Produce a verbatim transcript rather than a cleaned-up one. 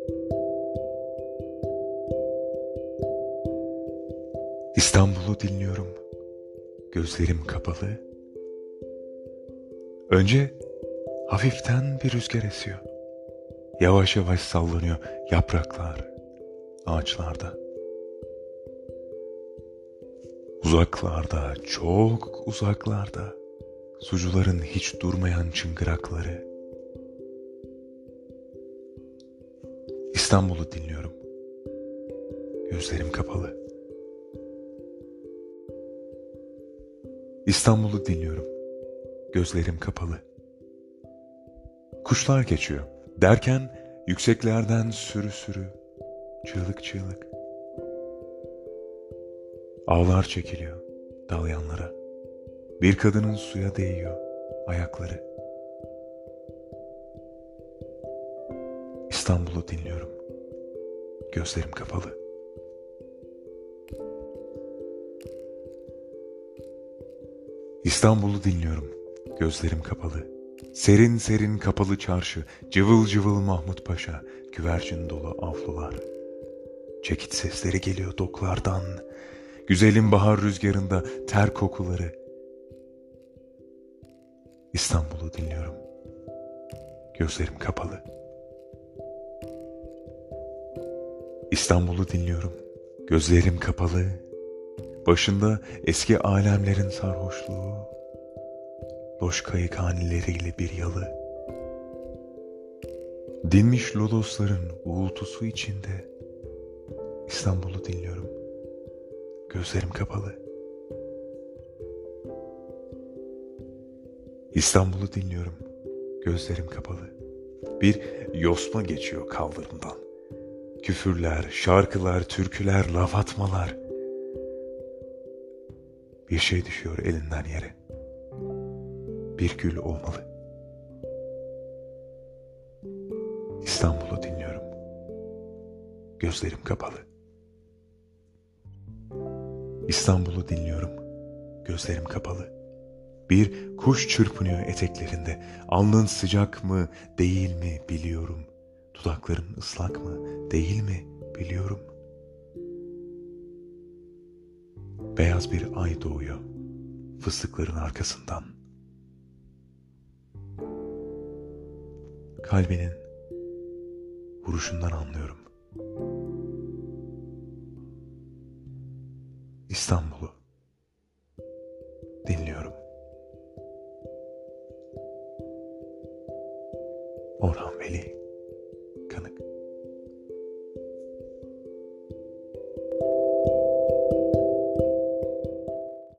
İstanbul'u dinliyorum, gözlerim kapalı. Önce hafiften bir rüzgar esiyor. Yavaş yavaş sallanıyor yapraklar ağaçlarda. Uzaklarda, çok uzaklarda, sucuların hiç durmayan çıngırakları. İstanbul'u dinliyorum, gözlerim kapalı. İstanbul'u dinliyorum, gözlerim kapalı. Kuşlar geçiyor derken yükseklerden sürü sürü, çığlık çığlık. Ağlar çekiliyor dalyanlara. Bir kadının suya değiyor ayakları. İstanbul'u dinliyorum, gözlerim kapalı. İstanbul'u dinliyorum, gözlerim kapalı. Serin serin kapalı çarşı, cıvıl cıvıl Mahmut Paşa, güvercin dolu avlular. Çekit sesleri geliyor doklardan, güzelim bahar rüzgarında ter kokuları. İstanbul'u dinliyorum, gözlerim kapalı. İstanbul'u dinliyorum, gözlerim kapalı. Başında eski alemlerin sarhoşluğu, loş kayıkhaneleriyle bir yalı. Dinmiş lodosların uğultusu içinde İstanbul'u dinliyorum, gözlerim kapalı. İstanbul'u dinliyorum, gözlerim kapalı. Bir yosma geçiyor kaldırımdan. Küfürler, şarkılar, türküler, laf atmalar. Bir şey düşüyor elinden yere. Bir gül olmalı. İstanbul'u dinliyorum, gözlerim kapalı. İstanbul'u dinliyorum, gözlerim kapalı. Bir kuş çırpınıyor eteklerinde. Alnın sıcak mı, değil mi biliyorum. Dudakların ıslak mı, değil mi biliyorum. Beyaz bir ay doğuyor fıstıkların arkasından. Kalbinin vuruşundan anlıyorum İstanbul'u.